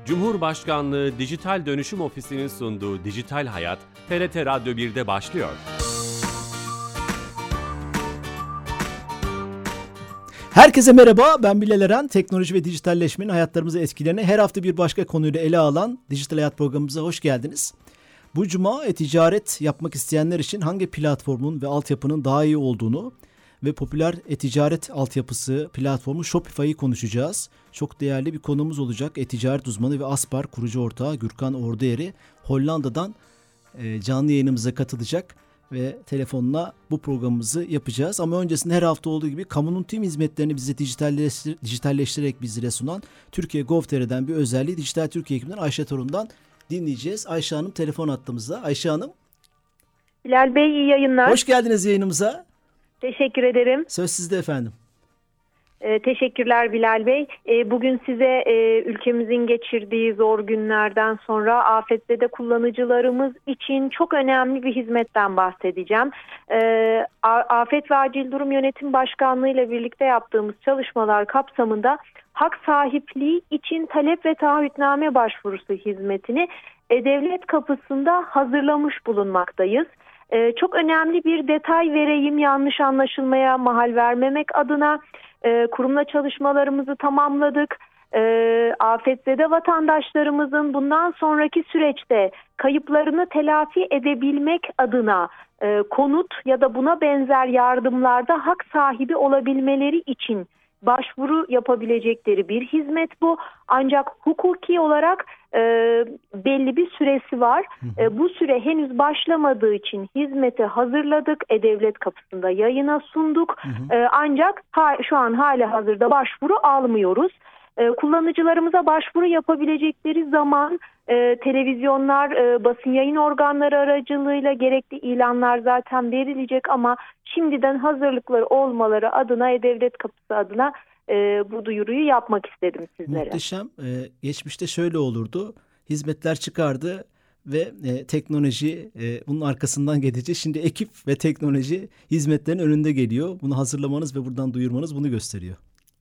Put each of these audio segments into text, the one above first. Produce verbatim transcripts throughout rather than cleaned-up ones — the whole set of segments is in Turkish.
Cumhurbaşkanlığı Dijital Dönüşüm Ofisi'nin sunduğu Dijital Hayat, T R T Radyo bir'de başlıyor. Herkese merhaba, ben Bilal Eren. Teknoloji ve dijitalleşmenin hayatlarımızı etkilerini her hafta bir başka konuyla ele alan Dijital Hayat programımıza hoş geldiniz. Bu cuma e-ticaret yapmak isteyenler için hangi platformun ve altyapının daha iyi olduğunu ve popüler e-ticaret altyapısı platformu Shopify'ı konuşacağız. Çok değerli bir konuğumuz olacak. E-ticaret uzmanı ve Aspar kurucu ortağı Gürkan Ordueri Hollanda'dan e, canlı yayınımıza katılacak ve telefonla bu programımızı yapacağız. Ama öncesinde her hafta olduğu gibi kamunun tüm hizmetlerini bize dijitalleştir, dijitalleştirerek bizlere sunan Türkiye Gov.tr'den bir özelliği Dijital Türkiye ekibinden Ayşe Torun'dan dinleyeceğiz. Ayşe Hanım telefon attığımızda. Ayşe Hanım. Bilal Bey, iyi yayınlar. Hoş geldiniz yayınımıza. Teşekkür ederim. Söz sizde efendim. Ee, teşekkürler Bilal Bey. Ee, bugün size e, ülkemizin geçirdiği zor günlerden sonra afetzede kullanıcılarımız için çok önemli bir hizmetten bahsedeceğim. Ee, Afet ve Acil Durum Yönetim Başkanlığı ile birlikte yaptığımız çalışmalar kapsamında hak sahipliği için talep ve taahhütname başvurusu hizmetini E-Devlet kapısında hazırlamış bulunmaktayız. Ee, çok önemli bir detay vereyim, yanlış anlaşılmaya mahal vermemek adına. E, kurumla çalışmalarımızı tamamladık. E, afetzede vatandaşlarımızın bundan sonraki süreçte kayıplarını telafi edebilmek adına e, konut ya da buna benzer yardımlarda hak sahibi olabilmeleri için başvuru yapabilecekleri bir hizmet bu. Ancak hukuki olarak e, belli bir süresi var. E, bu süre henüz başlamadığı için hizmeti hazırladık. E-Devlet kapısında yayına sunduk. Hı hı. E, ancak ha, şu an hala hazırda başvuru almıyoruz. E, kullanıcılarımıza başvuru yapabilecekleri zaman e, televizyonlar, e, basın yayın organları aracılığıyla gerekli ilanlar zaten verilecek ama şimdiden hazırlıkları olmaları adına E-Devlet kapısı adına e, bu duyuruyu yapmak istedim sizlere. Muhteşem. Ee, geçmişte şöyle olurdu. Hizmetler çıkardı ve e, teknoloji e, bunun arkasından gelecek. Şimdi ekip ve teknoloji hizmetlerin önünde geliyor. Bunu hazırlamanız ve buradan duyurmanız bunu gösteriyor.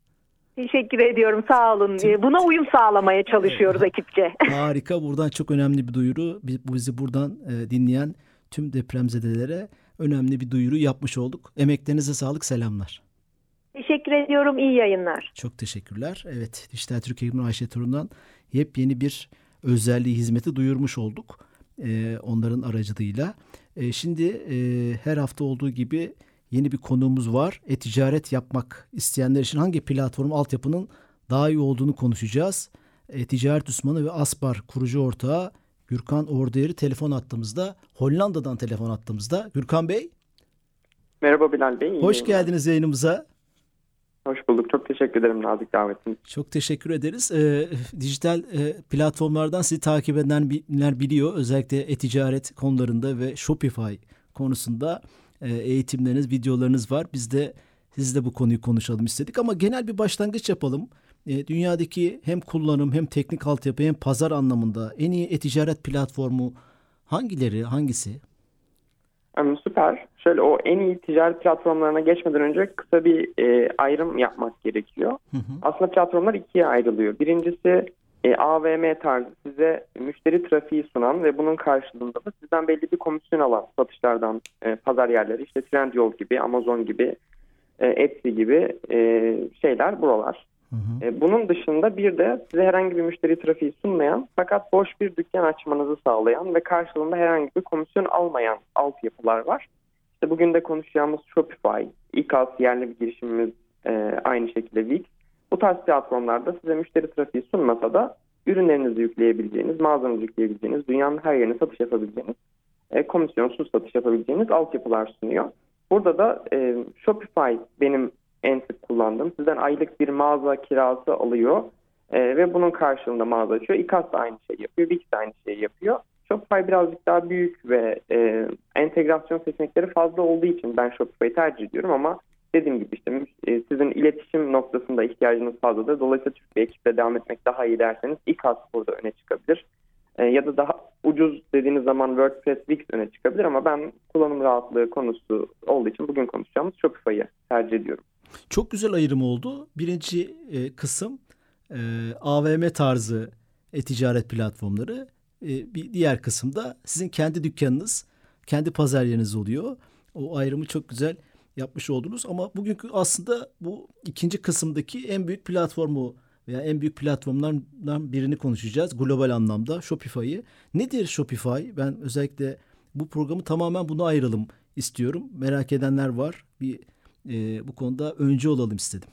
Teşekkür ediyorum. Sağ olun. Buna uyum sağlamaya çalışıyoruz ekipçe. Harika. Buradan çok önemli bir duyuru. Bu bizi buradan e, dinleyen tüm depremzedelere önemli bir duyuru yapmış olduk. Emeklerinize sağlık. Selamlar. Teşekkür ediyorum. İyi yayınlar. Çok teşekkürler. Evet, Dijital Türkiye'nin Ayşe Torun'dan yepyeni bir özelliği, hizmeti duyurmuş olduk. E, onların aracılığıyla. E, şimdi e, her hafta olduğu gibi yeni bir konuğumuz var. E-ticaret yapmak isteyenler için hangi platform altyapının daha iyi olduğunu konuşacağız. E-ticaret uzmanı ve Aspar kurucu ortağı Gürkan Ordueri telefon attığımızda, Hollanda'dan telefon attığımızda. Gürkan Bey. Merhaba Bilal Bey. Hoş geldiniz yayınımıza. Hoş bulduk. Çok teşekkür ederim nazik davetiniz. Çok teşekkür ederiz. Ee, dijital e, platformlardan sizi takip edenler biliyor. Özellikle e-ticaret konularında ve Shopify konusunda e, eğitimleriniz, videolarınız var. Biz de sizle bu konuyu konuşalım istedik ama genel bir başlangıç yapalım. E, dünyadaki hem kullanım hem teknik altyapı hem pazar anlamında en iyi e-ticaret platformu hangileri, hangisi? Um, süper. Şöyle o en iyi ticaret platformlarına geçmeden önce kısa bir e, ayrım yapmak gerekiyor. Hı hı. Aslında platformlar ikiye ayrılıyor. Birincisi e, A V M tarzı size müşteri trafiği sunan ve bunun karşılığında da sizden belli bir komisyon alan satışlardan e, pazar yerleri, işte Trendyol gibi, Amazon gibi, e, Etsy gibi e, şeyler buralar. Hı hı. E, bunun dışında bir de size herhangi bir müşteri trafiği sunmayan fakat boş bir dükkan açmanızı sağlayan ve karşılığında herhangi bir komisyon almayan altyapılar var. İşte bugün de konuşacağımız Shopify, İKAS yerli bir girişimimiz, e, aynı şekilde Wix. Bu tarz platformlarda size müşteri trafiği sunmasa da ürünlerinizi yükleyebileceğiniz, mağazanızı yükleyebileceğiniz, dünyanın her yerine satış yapabileceğiniz, e, komisyonsuz satış yapabileceğiniz altyapılar sunuyor. Burada da e, Shopify benim en sık kullandığım. Sizden aylık bir mağaza kirası alıyor e, ve bunun karşılığında mağaza açıyor. İKAS da aynı şeyi yapıyor, Wix de aynı şeyi yapıyor. Shopify birazcık daha büyük ve e, entegrasyon seçenekleri fazla olduğu için ben Shopify'ı tercih ediyorum ama dediğim gibi işte e, sizin iletişim noktasında ihtiyacınız fazladır. Dolayısıyla Türk bir ekiple devam etmek daha iyi derseniz İKAS burada öne çıkabilir. E, ya da daha ucuz dediğiniz zaman WordPress, Wix öne çıkabilir ama ben kullanım rahatlığı konusu olduğu için bugün konuşacağımız Shopify'ı tercih ediyorum. Çok güzel ayrım oldu. Birinci e, kısım e, A V M tarzı e-ticaret platformları. E, bir diğer kısımda sizin kendi dükkanınız, kendi pazar yeriniz oluyor. O ayrımı çok güzel yapmış oldunuz. Ama bugünkü aslında bu ikinci kısımdaki en büyük platformu veya en büyük platformlardan birini konuşacağız. Global anlamda Shopify'ı. Nedir Shopify? Ben özellikle bu programı tamamen buna ayıralım istiyorum. Merak edenler var. Bir e, bu konuda öncü olalım istedim.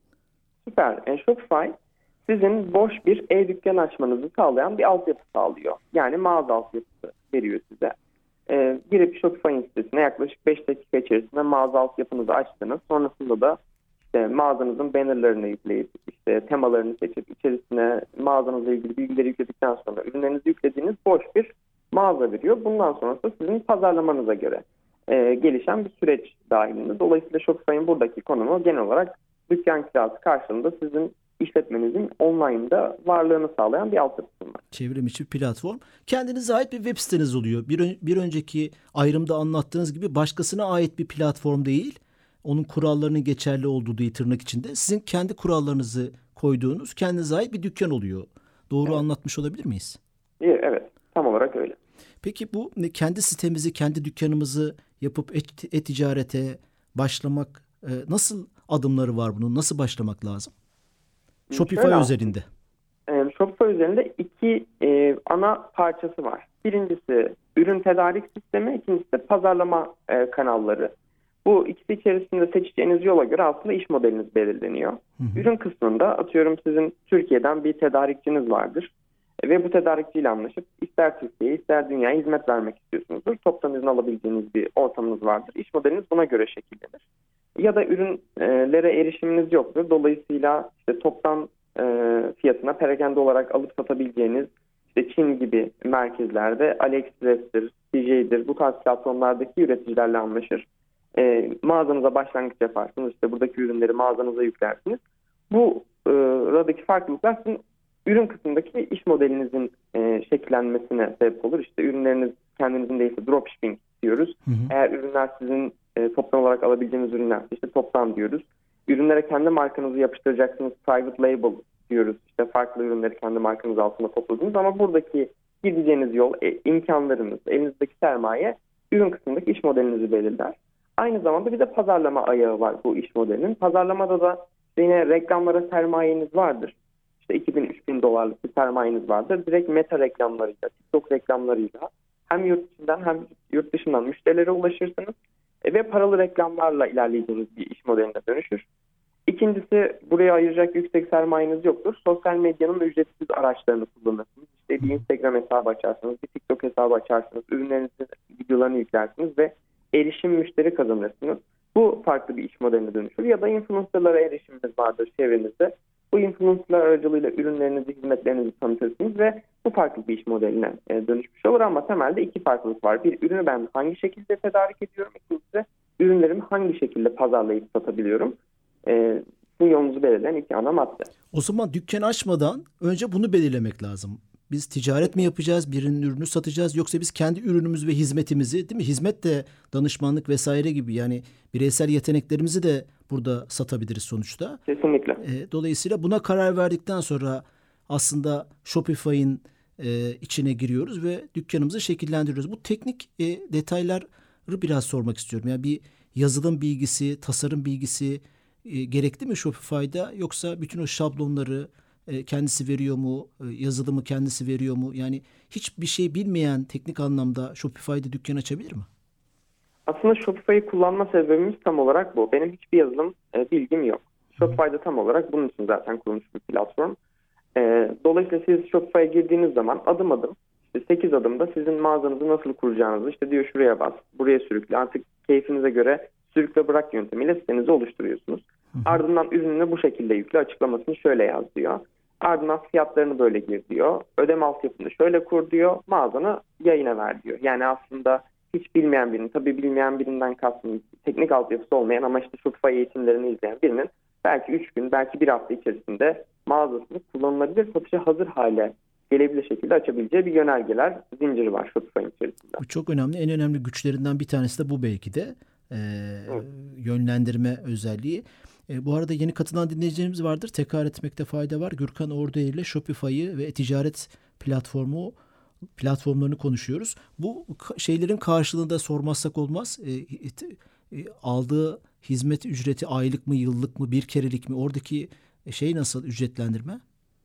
Süper. E, Shopify sizin boş bir e-dükkan açmanızı sağlayan bir altyapı sağlıyor. Yani mağaza altyapısı veriyor size. E, girip Shopify'in sitesine yaklaşık beş dakika içerisinde mağaza altyapınızı açtınız. Sonrasında da işte mağazanızın bannerlarını yükleyip, işte temalarını seçip, içerisine mağazanızla ilgili bilgileri yükledikten sonra ürünlerinizi yüklediğiniz boş bir mağaza veriyor. Bundan sonrası sizin pazarlamanıza göre e, gelişen bir süreç dahilinde. Dolayısıyla Shopify'in buradaki konumu genel olarak dükkan kirası karşılığında sizin işletmenizin online'da varlığını sağlayan bir altyapısı var. Çevrim içi platform. Kendinize ait bir web siteniz oluyor. Bir, bir önceki ayrımda anlattığınız gibi başkasına ait bir platform değil. Onun kurallarının geçerli olduğu diye tırnak içinde. Sizin kendi kurallarınızı koyduğunuz kendinize ait bir dükkan oluyor. Doğru evet. Anlatmış olabilir miyiz? Evet. Tam olarak öyle. Peki bu kendi sitemizi, kendi dükkanımızı yapıp e-ticarete başlamak nasıl adımları var bunun? Nasıl başlamak lazım? Shopify Şöyle üzerinde. E, Shopify üzerinde iki e, ana parçası var. Birincisi ürün tedarik sistemi, ikincisi de pazarlama e, kanalları. Bu ikisi içerisinde seçeceğiniz yola göre aslında iş modeliniz belirleniyor. Hı hı. Ürün kısmında atıyorum sizin Türkiye'den bir tedarikçiniz vardır. E, ve bu tedarikçiyle anlaşıp ister Türkiye'ye ister dünyaya hizmet vermek istiyorsunuzdur. Toptan izin alabildiğiniz bir ortamınız vardır. İş modeliniz buna göre şekillenir. Ya da ürünlere erişiminiz yoktur. Dolayısıyla işte toptan e, fiyatına perakende olarak alıp satabileceğiniz işte Çin gibi merkezlerde AliExpress'tir, C J'dir bu tarz platformlardaki üreticilerle anlaşır. E, mağazanıza başlangıç yaparsınız. İşte buradaki ürünleri mağazanıza yüklersiniz. Bu e, aradaki farklılıklar sizin ürün kısmındaki iş modelinizin e, şekillenmesine sebep olur. İşte ürünleriniz kendinizin değilse dropshipping diyoruz. Hı hı. Eğer ürünler sizin e, toptan olarak alabileceğiniz ürünler işte toptan diyoruz. Ürünlere kendi markanızı yapıştıracaksınız. Private label diyoruz. İşte farklı ürünleri kendi markanız altında topladınız ama buradaki gideceğiniz yol, e, imkanlarınız, elinizdeki sermaye ürün kısmındaki iş modelinizi belirler. Aynı zamanda bir de pazarlama ayağı var bu iş modelinin. Pazarlamada da yine reklamlara sermayeniz vardır. İşte iki bin üç bin dolarlık bir sermayeniz vardır. Direkt meta reklamlarıyla, TikTok reklamlarıyla hem yurt içinden hem yurt dışından müşterilere ulaşırsınız e, ve paralı reklamlarla ilerleyeceğiniz bir iş modeline dönüşür. İkincisi buraya ayıracak yüksek sermayeniz yoktur. Sosyal medyanın ücretsiz araçlarını kullanırsınız. İşte bir Instagram hesabı açarsınız, bir TikTok hesabı açarsınız, ürünlerinizin videolarını yüklersiniz ve erişim müşteri kazanırsınız. Bu farklı bir iş modeline dönüşür. Ya da influencerlara erişiminiz vardır çevrenizde. Bu influencerlar aracılığıyla ürünlerinizi, hizmetlerinizi tanıtırsınız ve bu farklı bir iş modeline dönüşmüş olur ama temelde iki farklılık var. Bir, ürünü ben hangi şekilde tedarik ediyorum? İkincisi, ürünlerimi hangi şekilde pazarlayıp satabiliyorum? E, bu yolunuzu belirleyen iki ana madde. O zaman dükkan açmadan önce bunu belirlemek lazım. Biz ticaret mi yapacağız, birinin ürünü satacağız yoksa biz kendi ürünümüz ve hizmetimizi, değil mi? Hizmet de danışmanlık vesaire gibi yani bireysel yeteneklerimizi de burada satabiliriz sonuçta. Kesinlikle. E, dolayısıyla buna karar verdikten sonra aslında Shopify'in e, içine giriyoruz ve dükkanımızı şekillendiriyoruz. Bu teknik e, detayları biraz sormak istiyorum. Yani bir yazılım bilgisi, tasarım bilgisi e, gerekli mi Shopify'da yoksa bütün o şablonları kendisi veriyor mu? Yazılımı kendisi veriyor mu? Yani hiçbir şey bilmeyen teknik anlamda Shopify'da dükkan açabilir mi? Aslında Shopify'ı kullanma sebebimiz tam olarak bu. Benim hiçbir yazılım e, bilgim yok. Shopify'da tam olarak bunun için zaten kurulmuş bir platform. E, dolayısıyla siz Shopify'a girdiğiniz zaman adım adım, işte sekiz adımda sizin mağazanızı nasıl kuracağınızı işte diyor şuraya bas, buraya sürükle. Artık keyfinize göre sürükle bırak yöntemiyle sitenizi oluşturuyorsunuz. Hı hı. Ardından ürününü bu şekilde yükle, açıklamasını şöyle yaz diyor. Ardından fiyatlarını böyle gir diyor. Ödeme altyapını şöyle kur diyor. Mağazanı yayına ver diyor. Yani aslında hiç bilmeyen birinin, tabii bilmeyen birinden kastım teknik altyapısı olmayan ama işte Shopify eğitimlerini izleyen birinin belki üç gün, belki bir hafta içerisinde mağazasını kullanılabilir, satışa hazır hale gelebilir şekilde açabileceği bir yönergeler zinciri var Shopify'in içerisinde. Bu çok önemli. En önemli güçlerinden bir tanesi de bu belki de. Ee, evet. Yönlendirme özelliği. E, bu arada yeni katılan dinleyicilerimiz vardır. Tekrar etmekte fayda var. Gürkan Orduer ile Shopify'ı ve ticaret platformu platformlarını konuşuyoruz. Bu şeylerin karşılığında sormazsak olmaz. E, e, aldığı hizmet ücreti aylık mı, yıllık mı, bir kerelik mi? Oradaki şey nasıl, ücretlendirme?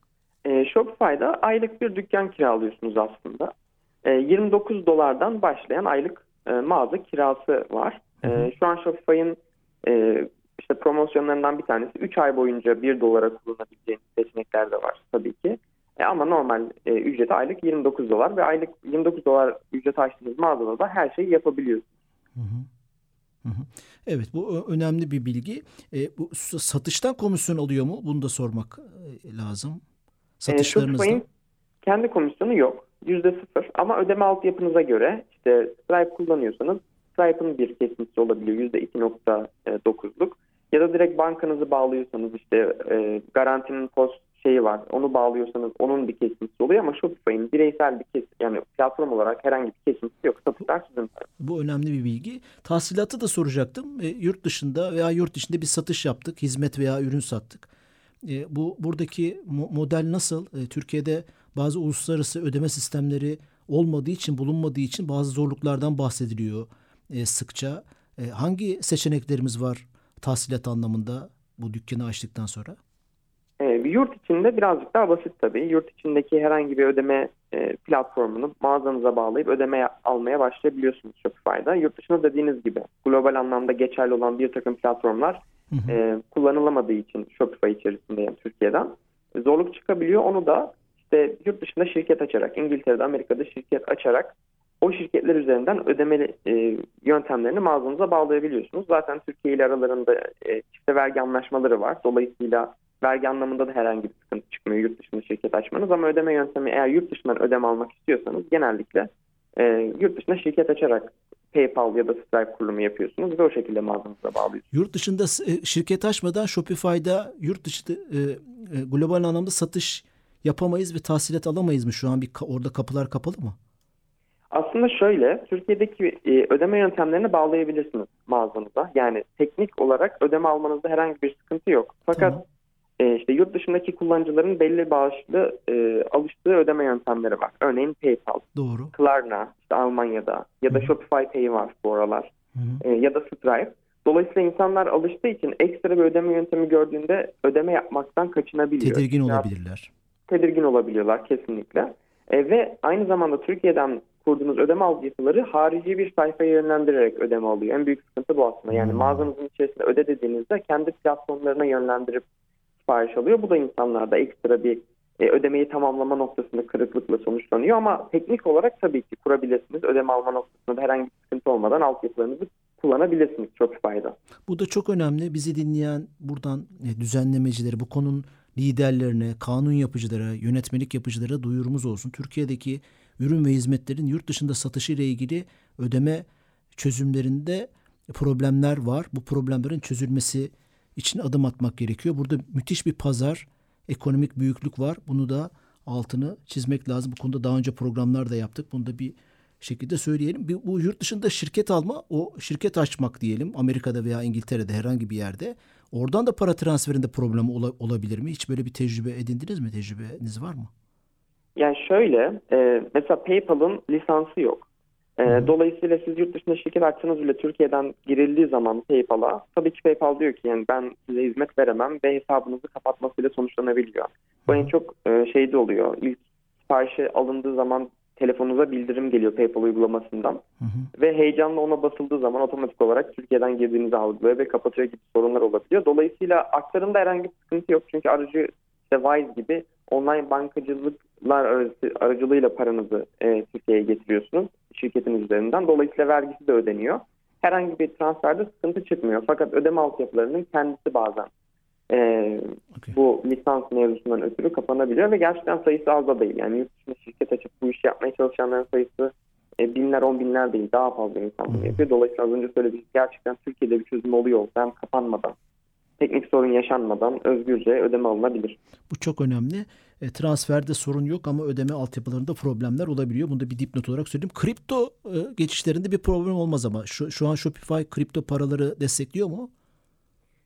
E, Shopify'da aylık bir dükkan kiralıyorsunuz aslında. E, yirmi dokuz dolardan başlayan aylık e, mağaza kirası var. E, şu an Shopify'ın e, işte promosyonlarından bir tanesi üç ay boyunca bir dolara kullanabileceğiniz seçenekler de var tabii ki. E, ama normal e, ücreti aylık yirmi dokuz dolar ve aylık yirmi dokuz dolar ücret açtığınız mağazada da her şeyi yapabiliyorsunuz. Hı hı. Hı hı. Evet, bu önemli bir bilgi. E, bu satıştan komisyon alıyor mu? Bunu da sormak lazım. Satışlarınızda. E, kendi komisyonu yok. yüzde sıfır ama ödeme altyapınıza göre işte Stripe kullanıyorsanız Stripe'ın bir kesintisi olabiliyor yüzde iki nokta dokuzluk ya da direkt bankanızı bağlıyorsanız işte e, garantinin post şeyi var, onu bağlıyorsanız onun bir kesintisi oluyor ama Shopify'ın bireysel bir kesim, yani platform olarak herhangi bir kesintisi yok. Satışlar sizin tarafınız. Bu önemli bir bilgi. Tahsilatı da soracaktım. E, yurt dışında veya yurt içinde bir satış yaptık, hizmet veya ürün sattık. E, bu buradaki mo- model nasıl? E, Türkiye'de bazı uluslararası ödeme sistemleri olmadığı için, bulunmadığı için bazı zorluklardan bahsediliyor e, sıkça. E, hangi seçeneklerimiz var tahsilat anlamında bu dükkanı açtıktan sonra? E, yurt içinde birazcık daha basit tabii. Yurt içindeki herhangi bir ödeme e, platformunu mağazanıza bağlayıp ödeme almaya başlayabiliyorsunuz Shopify'da. Yurt dışında dediğiniz gibi global anlamda geçerli olan bir takım platformlar hı hı. E, kullanılamadığı için Shopify içerisinde, yani Türkiye'den zorluk çıkabiliyor. Onu da işte yurt dışında şirket açarak, İngiltere'de, Amerika'da şirket açarak o şirketler üzerinden ödeme e, yöntemlerini mağazanıza bağlayabiliyorsunuz. Zaten Türkiye ile aralarında e, çifte vergi anlaşmaları var. Dolayısıyla vergi anlamında da herhangi bir sıkıntı çıkmıyor yurt dışında şirket açmanız, ama ödeme yöntemi, eğer yurt dışından ödeme almak istiyorsanız genellikle e, yurt dışında şirket açarak PayPal ya da Stripe kurulumu yapıyorsunuz ve o şekilde mağazanıza bağlıyorsunuz. Yurt dışında şirket açmadan Shopify'da yurt dışı e, e, global anlamda satış yapamayız ve tahsilat alamayız mı? Şu an bir orada kapılar kapalı mı? Aslında şöyle, Türkiye'deki e, ödeme yöntemlerini bağlayabilirsiniz mağazanıza. Yani teknik olarak ödeme almanızda herhangi bir sıkıntı yok. Fakat tamam. e, işte yurt dışındaki kullanıcıların belli başlı e, alıştığı ödeme yöntemleri var. Örneğin PayPal, doğru. Klarna işte Almanya'da ya da Hı-hı. Shopify Pay var bu aralar e, ya da Stripe. Dolayısıyla insanlar alıştığı için ekstra bir ödeme yöntemi gördüğünde ödeme yapmaktan kaçınabiliyor. Tedirgin ya, olabilirler. Tedirgin olabiliyorlar kesinlikle. E, ve aynı zamanda Türkiye'den kurduğunuz ödeme altyapıları harici bir sayfaya yönlendirerek ödeme alıyor. En büyük sıkıntı bu aslında. Yani hmm. mağazanızın içerisinde öde dediğinizde kendi platformlarına yönlendirip sipariş alıyor. Bu da insanlarda ekstra bir e, ödemeyi tamamlama noktasında kırıklıkla sonuçlanıyor. Ama teknik olarak tabii ki kurabilirsiniz. Ödeme alma noktasında herhangi bir sıkıntı olmadan altyapılarınızı kullanabilirsiniz Shopify'da. Bu da çok önemli. Bizi dinleyen buradan e, düzenlemecileri, bu konunun liderlerine, kanun yapıcılara, yönetmelik yapıcılara duyurumuz olsun. Türkiye'deki ürün ve hizmetlerin yurt dışında satışı ile ilgili ödeme çözümlerinde problemler var. Bu problemlerin çözülmesi için adım atmak gerekiyor. Burada müthiş bir pazar, ekonomik büyüklük var. Bunu da altını çizmek lazım. Bu konuda daha önce programlar da yaptık. Bunu da bir şekilde söyleyelim. Bu yurt dışında şirket alma, o şirket açmak diyelim. Amerika'da veya İngiltere'de herhangi bir yerde. Oradan da para transferinde problem olabilir mi? Hiç böyle bir tecrübe edindiniz mi? Tecrübeniz var mı? Yani şöyle, e, mesela PayPal'ın lisansı yok. E, dolayısıyla siz yurt dışında şirket açsanız bile Türkiye'den girildiği zaman PayPal'a, tabii ki PayPal diyor ki yani ben size hizmet veremem ve hesabınızı kapatmasıyla sonuçlanabiliyor. Bu en çok e, şeyde oluyor. İlk siparişi alındığı zaman telefonunuza bildirim geliyor PayPal uygulamasından. Hı hı. Ve heyecanla ona basıldığı zaman otomatik olarak Türkiye'den girdiğinizi algılıyor ve kapatıyor gibi sorunlar olabiliyor. Dolayısıyla aktarımda herhangi bir sıkıntı yok. Çünkü aracı işte Wise gibi online bankacılıklar arası, aracılığıyla paranızı e, Türkiye'ye getiriyorsunuz şirketin üzerinden. Dolayısıyla vergisi de ödeniyor. Herhangi bir transferde sıkıntı çıkmıyor. Fakat ödeme altyapılarının kendisi bazen e, okay. bu lisans mevzusundan ötürü kapanabiliyor ve gerçekten sayısı az da değil. Yani yurt dışında şirket açıp bu işi yapmaya çalışanların sayısı e, binler, on binler değil. Daha fazla insan bunu yapıyor. Dolayısıyla az önce söylediğim gerçekten Türkiye'de bir çözüm oluyor olsa hem kapanmadan, teknik sorun yaşanmadan özgürce ödeme alınabilir. Bu çok önemli. E, transferde sorun yok ama ödeme altyapılarında problemler olabiliyor. Bunu da bir dipnot olarak söyleyeyim. Kripto e, geçişlerinde bir problem olmaz ama şu, şu an Shopify kripto paraları destekliyor mu?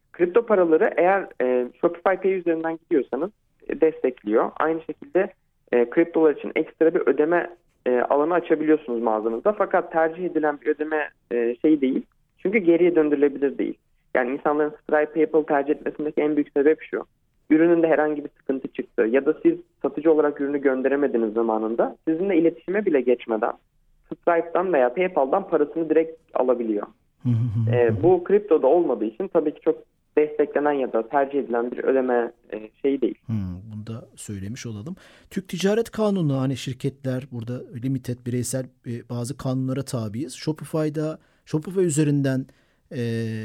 Kripto paraları eğer e, Shopify Pay üzerinden gidiyorsanız e, destekliyor. Aynı şekilde e, kriptolar için ekstra bir ödeme e, alanı açabiliyorsunuz mağazanızda. Fakat tercih edilen bir ödeme e, şeyi değil. Çünkü geriye döndürülebilir değil. Yani insanların Stripe, PayPal tercih etmesindeki en büyük sebep şu. Ürününde herhangi bir sıkıntı çıktı ya da siz satıcı olarak ürünü gönderemediğiniz zamanında sizinle iletişime bile geçmeden Stripe'dan veya PayPal'dan parasını direkt alabiliyor. e, bu kriptoda olmadığı için tabii ki çok desteklenen ya da tercih edilen bir ödeme e, şeyi değil. Hmm, bunu da söylemiş olalım. Türk Ticaret Kanunu, hani şirketler burada limited, bireysel e, bazı kanunlara tabiiz. Shopify'da, Shopify üzerinden e,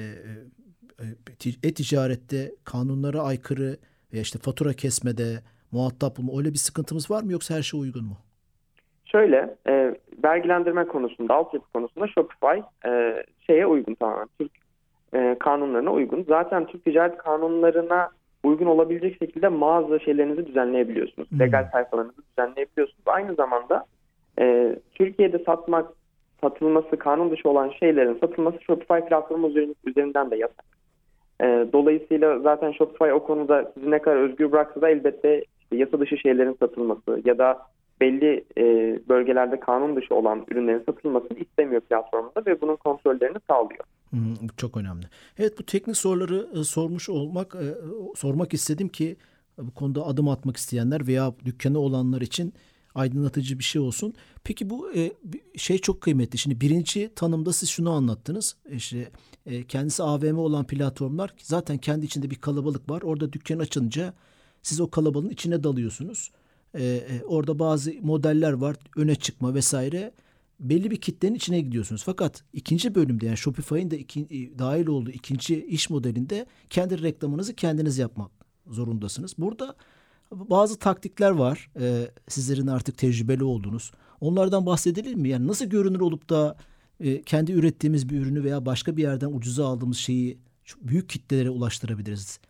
e, e-ticarette kanunlara aykırı veya işte fatura kesmede, muhatap bulma, öyle bir sıkıntımız var mı, yoksa her şey uygun mu? Şöyle, e, vergilendirme konusunda, altyapı konusunda Shopify e, şeye uygun, tamamen Türk e, kanunlarına uygun. Zaten Türk ticaret kanunlarına uygun olabilecek şekilde mağaza şeylerinizi düzenleyebiliyorsunuz. Hmm. Legal sayfalarınızı düzenleyebiliyorsunuz. Aynı zamanda e, Türkiye'de satmak, satılması, kanun dışı olan şeylerin satılması Shopify platformu üzerinden de yasak. E, dolayısıyla zaten Shopify o konuda sizi ne kadar özgür bıraksa da elbette işte yasa dışı şeylerin satılması ya da belli e, bölgelerde kanun dışı olan ürünlerin satılmasını istemiyor platformunda ve bunun kontrollerini sağlıyor. Hmm, çok önemli. Evet, bu teknik soruları e, sormuş olmak, e, sormak istedim ki e, bu konuda adım atmak isteyenler veya dükkanı olanlar için aydınlatıcı bir şey olsun. Peki bu e, şey çok kıymetli. Şimdi birinci tanımda siz şunu anlattınız. İşte e, kendisi A V M olan platformlar zaten kendi içinde bir kalabalık var. Orada dükkan açınca siz o kalabalığın içine dalıyorsunuz. E, e, orada bazı modeller var, öne çıkma vesaire. Belli bir kitlenin içine gidiyorsunuz. Fakat ikinci bölümde, yani Shopify'in de iki, dahil olduğu ikinci iş modelinde kendi reklamınızı kendiniz yapmak zorundasınız. Burada bazı taktikler var. Ee, sizlerin artık tecrübeli olduğunuz. Onlardan bahsedelim mi? Yani nasıl görünür olup da e, kendi ürettiğimiz bir ürünü veya başka bir yerden ucuza aldığımız şeyi büyük kitlelere ulaştırabiliriz?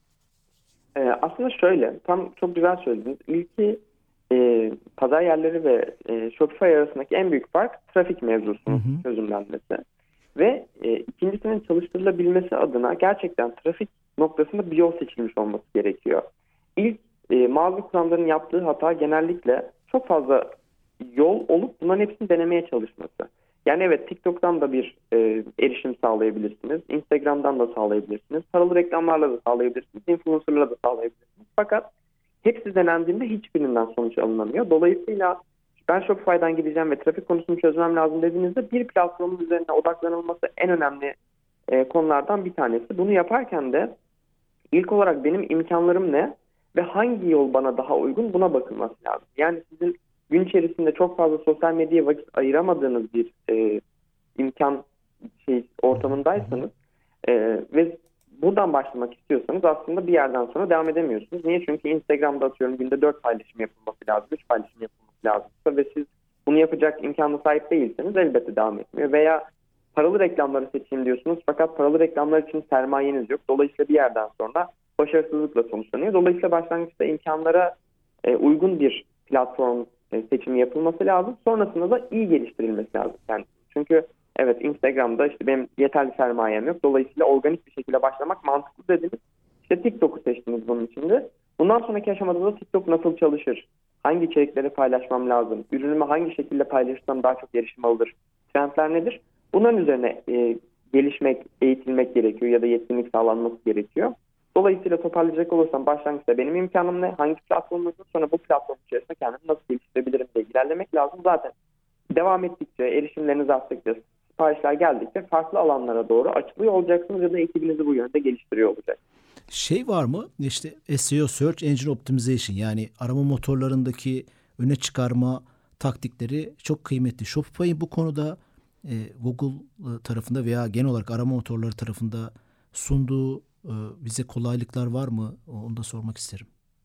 Ee, aslında şöyle, tam çok güzel söylediniz. İlki e, pazar yerleri ve e, Shopify arasındaki en büyük fark trafik mevzusunun hı hı. çözümlenmesi. Ve e, ikincisinin çalıştırılabilmesi adına gerçekten trafik noktasında bir yol seçilmiş olması gerekiyor. İlk e, mağaza kuranların yaptığı hata genellikle çok fazla yol olup bunların hepsini denemeye çalışması. Yani evet, TikTok'tan da bir e, erişim sağlayabilirsiniz. Instagram'dan da sağlayabilirsiniz. Paralı reklamlarla da sağlayabilirsiniz. Influencer'la da sağlayabilirsiniz. Fakat hepsi denendiğinde hiçbirinden sonuç alınamıyor. Dolayısıyla ben Shopify'dan gideceğim ve trafik konusunu çözmem lazım dediğinizde bir platformun üzerine odaklanılması en önemli e, konulardan bir tanesi. Bunu yaparken de ilk olarak benim imkanlarım ne ve hangi yol bana daha uygun, buna bakılması lazım. Yani sizin gün içerisinde çok fazla sosyal medyaya vakit ayıramadığınız bir e, imkan şey ortamındaysanız e, ve buradan başlamak istiyorsanız aslında bir yerden sonra devam edemiyorsunuz. Niye? Çünkü Instagram'da atıyorum günde dört paylaşım yapılması lazım, üç paylaşım yapılması lazımsa ve siz bunu yapacak imkanına sahip değilseniz elbette devam etmiyor. Veya paralı reklamları seçeyim diyorsunuz fakat paralı reklamlar için sermayeniz yok. Dolayısıyla bir yerden sonra başarısızlıkla sonuçlanıyor. Dolayısıyla başlangıçta imkanlara e, uygun bir platform e, seçimi yapılması lazım. Sonrasında da iyi geliştirilmesi lazım. Yani çünkü evet, Instagram'da işte benim yeterli sermayem yok. Dolayısıyla organik bir şekilde başlamak mantıklı dediniz. İşte TikTok'u seçtiniz bunun içinde. Bundan sonraki aşamada da TikTok nasıl çalışır? Hangi içerikleri paylaşmam lazım? Ürünümü hangi şekilde paylaşırsam daha çok erişim alır? Trendler nedir? Bunların üzerine e, gelişmek, eğitilmek gerekiyor ya da yetkinlik sağlanması gerekiyor. Dolayısıyla toparlayacak olursam başlangıçta benim imkanım ne? Hangi platform uygun? Sonra bu platform içerisinde kendimi nasıl geliştirebilirim diye ilerlemek lazım. Zaten devam ettikçe, erişimleriniz arttıkça, siparişler geldikçe farklı alanlara doğru açılıyor olacaksınız ya da ekibinizi bu yönde geliştiriyor olacak. Şey var mı? İşte S E O, Search Engine Optimization, yani arama motorlarındaki öne çıkarma taktikleri çok kıymetli. Shopify'in bu konuda e, Google tarafında veya genel olarak arama motorları tarafında sunduğu e, bize kolaylıklar var mı? Onu da sormak isterim.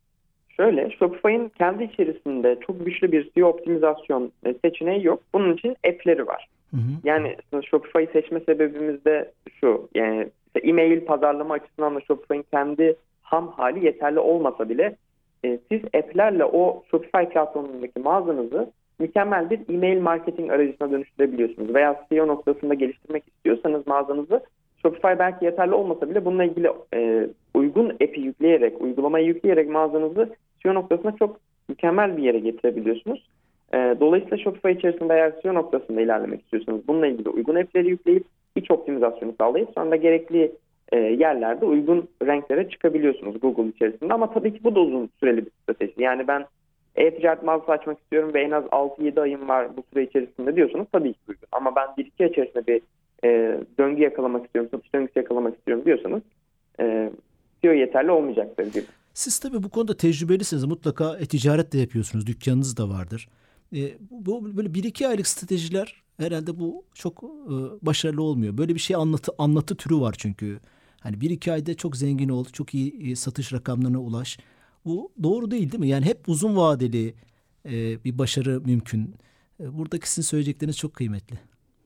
Şöyle, Shopify'in kendi içerisinde çok güçlü bir S E O optimizasyon seçeneği yok. Bunun için app'leri var. Hı hı. Yani Shopify'ı seçme sebebimiz de şu. Yani işte e-mail pazarlama açısından da Shopify'in kendi ham hali yeterli olmasa bile e, siz app'lerle o Shopify platformundaki mağazanızı mükemmel bir e-mail marketing aracısına dönüştürebiliyorsunuz. Veya S E O noktasında geliştirmek istiyorsanız mağazanızı, Shopify belki yeterli olmasa bile bununla ilgili e, uygun app'i yükleyerek, uygulamayı yükleyerek mağazanızı S E O noktasında çok mükemmel bir yere getirebiliyorsunuz. E, dolayısıyla Shopify içerisinde eğer S E O noktasında ilerlemek istiyorsanız bununla ilgili uygun app'leri yükleyip iç optimizasyonu sağlayıp sonra da gerekli e, yerlerde uygun renklere çıkabiliyorsunuz Google içerisinde. Ama tabii ki bu da uzun süreli bir strateji. Yani ben e-ticaret mağazası açmak istiyorum ve en az altı yedi ayım var bu süre içerisinde diyorsanız tabii ki uygun. Ama ben bir iki ay içerisinde bir e, döngü yakalamak istiyorum, satış döngüsü yakalamak istiyorum diyorsanız e, S E O yeterli olmayacaktır gibi. Siz tabii bu konuda tecrübelisiniz. Mutlaka e-ticaret de yapıyorsunuz. Dükkanınız da vardır. E, bu böyle bir iki aylık stratejiler herhalde bu çok e, başarılı olmuyor. Böyle bir şey anlatı anlatı türü var çünkü. Hani bir iki ayda çok zengin ol, çok iyi e, satış rakamlarına ulaş. Bu doğru değil değil mi? Yani hep uzun vadeli e, bir başarı mümkün. E, buradaki sizin söyleyecekleriniz çok kıymetli.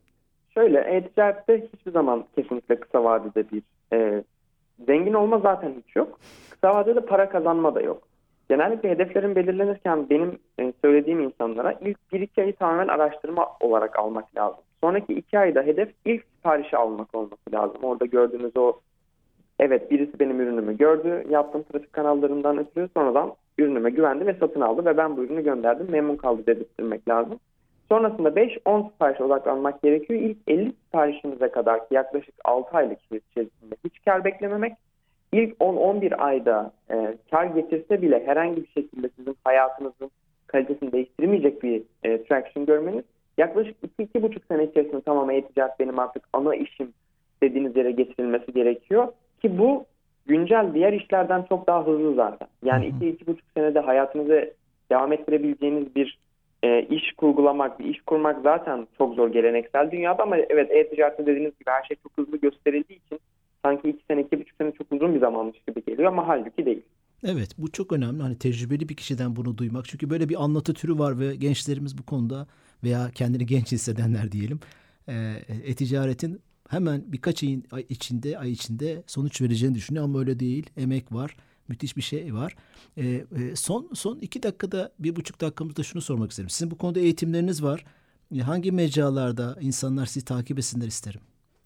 Şöyle, e-ticarette hiçbir zaman kesinlikle kısa vadede bir e, zengin olma zaten hiç yok. Kısa vadede para kazanma da yok. Genellikle hedeflerin belirlenirken benim e, söylediğim insanlara ilk bir iki ayı tamamen araştırma olarak almak lazım. Sonraki iki ayda hedef ilk siparişi almak olması lazım. Orada gördüğünüz o, evet birisi benim ürünümü gördü, yaptığım trafik kanallarından ötürü sonradan ürünüme güvendi ve satın aldı ve ben bu ürünü gönderdim, memnun kaldı dedirtmek lazım. Sonrasında beş on siparişe odaklanmak gerekiyor. İlk elli siparişimize kadar ki yaklaşık altı aylık süre içerisinde hiç kar beklememek. İlk on on bir ayda e, kar getirse bile herhangi bir şekilde sizin hayatınızın kalitesini değiştirmeyecek bir e, traction görmeniz. Yaklaşık iki iki buçuk sene içerisinde tamam e-ticaret benim artık ana işim dediğiniz yere getirilmesi gerekiyor. Ki bu güncel diğer işlerden çok daha hızlı zaten. Yani iki iki buçuk senede hayatınızı devam ettirebileceğiniz bir e, iş kurgulamak, bir iş kurmak zaten çok zor geleneksel dünyada ama evet e-ticarette dediğiniz gibi her şey çok hızlı gösterildiği için sanki iki sene, iki buçuk sene çok uzun bir zamanmış gibi geliyor ama halbuki değil. Evet, bu çok önemli. Hani tecrübeli bir kişiden bunu duymak. Çünkü böyle bir anlatı türü var ve gençlerimiz bu konuda veya kendini genç hissedenler diyelim e-ticaretin hemen birkaç ayın içinde, ay içinde sonuç vereceğini düşünüyor ama öyle değil. Emek var, müthiş bir şey var. E, e, son son iki dakikada, bir buçuk dakikamızda şunu sormak isterim. Sizin bu konuda eğitimleriniz var. E, hangi mecralarda insanlar sizi takip etsinler isterim?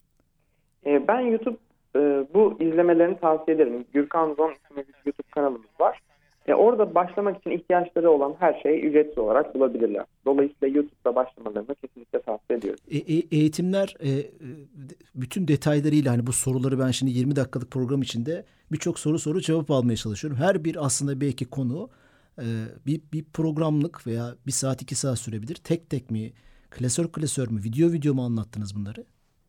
E, ben YouTube e, bu izlemelerini tavsiye ederim. Gürkan Zon isimli bir YouTube kanalımız var. E, orada başlamak için ihtiyaçları olan her şeyi ücretsiz olarak bulabilirler. Dolayısıyla YouTube'da başlamalarını kesinlikle tavsiye ediyorum. E, e, eğitimler e, bütün detaylarıyla, hani bu soruları ben şimdi yirmi dakikalık program içinde birçok soru soru cevap almaya çalışıyorum. Her bir aslında belki konu e, bir, bir programlık veya bir saat iki saat sürebilir. Tek tek mi, klasör klasör mü, video video mu anlattınız bunları?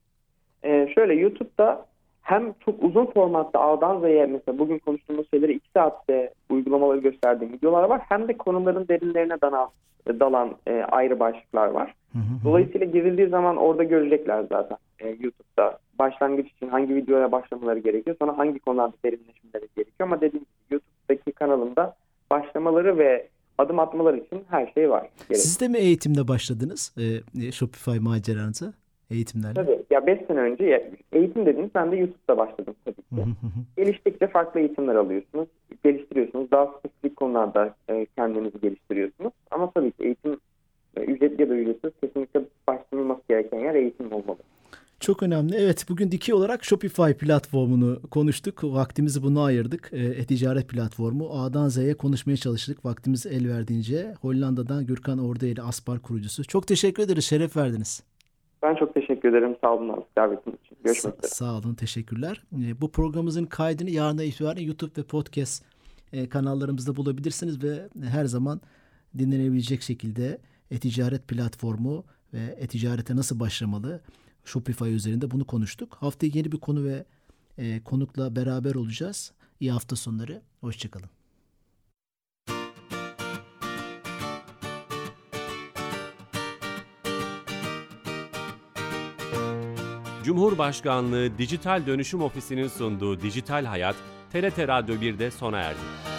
E, şöyle YouTube'da hem çok uzun formatta A'dan Z'ye mesela bugün konuştuğumuz şeyleri iki saatte uygulamaları gösterdiğim videolar var. Hem de konuların derinlerine dalan, dalan e, ayrı başlıklar var. Hı hı. Dolayısıyla girildiği zaman orada görecekler zaten e, YouTube'da. Başlangıç için hangi videoya başlamaları gerekiyor, sonra hangi konularda derinleşmeleri gerekiyor. Ama dediğim gibi YouTube'daki kanalımda başlamaları ve adım atmaları için her şey var. Gerekiyor. Siz de mi eğitimde başladınız e, Shopify maceranıza? Eğitimlerle. Tabii. Ya beş sene önce eğitim dediniz. Ben de YouTube'da başladım tabii ki. Hı hı. Geliştikçe farklı eğitimler alıyorsunuz. Geliştiriyorsunuz. Daha spesifik konularda e, kendinizi geliştiriyorsunuz. Ama tabii ki eğitim e, ücretli ya da ücretsiz kesinlikle başlanılması gereken yer eğitim olmalı. Çok önemli. Evet, bugün Diki olarak Shopify platformunu konuştuk. Vaktimizi buna ayırdık. E-ticaret platformu. A'dan Z'ye konuşmaya çalıştık. Vaktimiz el verdiğince. Hollanda'dan Gürkan Ordeyli, Aspar kurucusu. Çok teşekkür ederiz. Şeref verdiniz. Ben çok teşekkür ederim. Sağ olun davetiniz için. Görüşmek üzere. Sa- sağ olun. Teşekkürler. Bu programımızın kaydını yarına itibaren YouTube ve podcast kanallarımızda bulabilirsiniz ve her zaman dinlenebilecek şekilde e-ticaret platformu ve e-ticarete nasıl başlamalı, Shopify üzerinde bunu konuştuk. Haftaya yeni bir konu ve e, konukla beraber olacağız. İyi hafta sonları. Hoşçakalın. Cumhurbaşkanlığı Dijital Dönüşüm Ofisi'nin sunduğu Dijital Hayat, T R T Radyo bir'de sona erdi.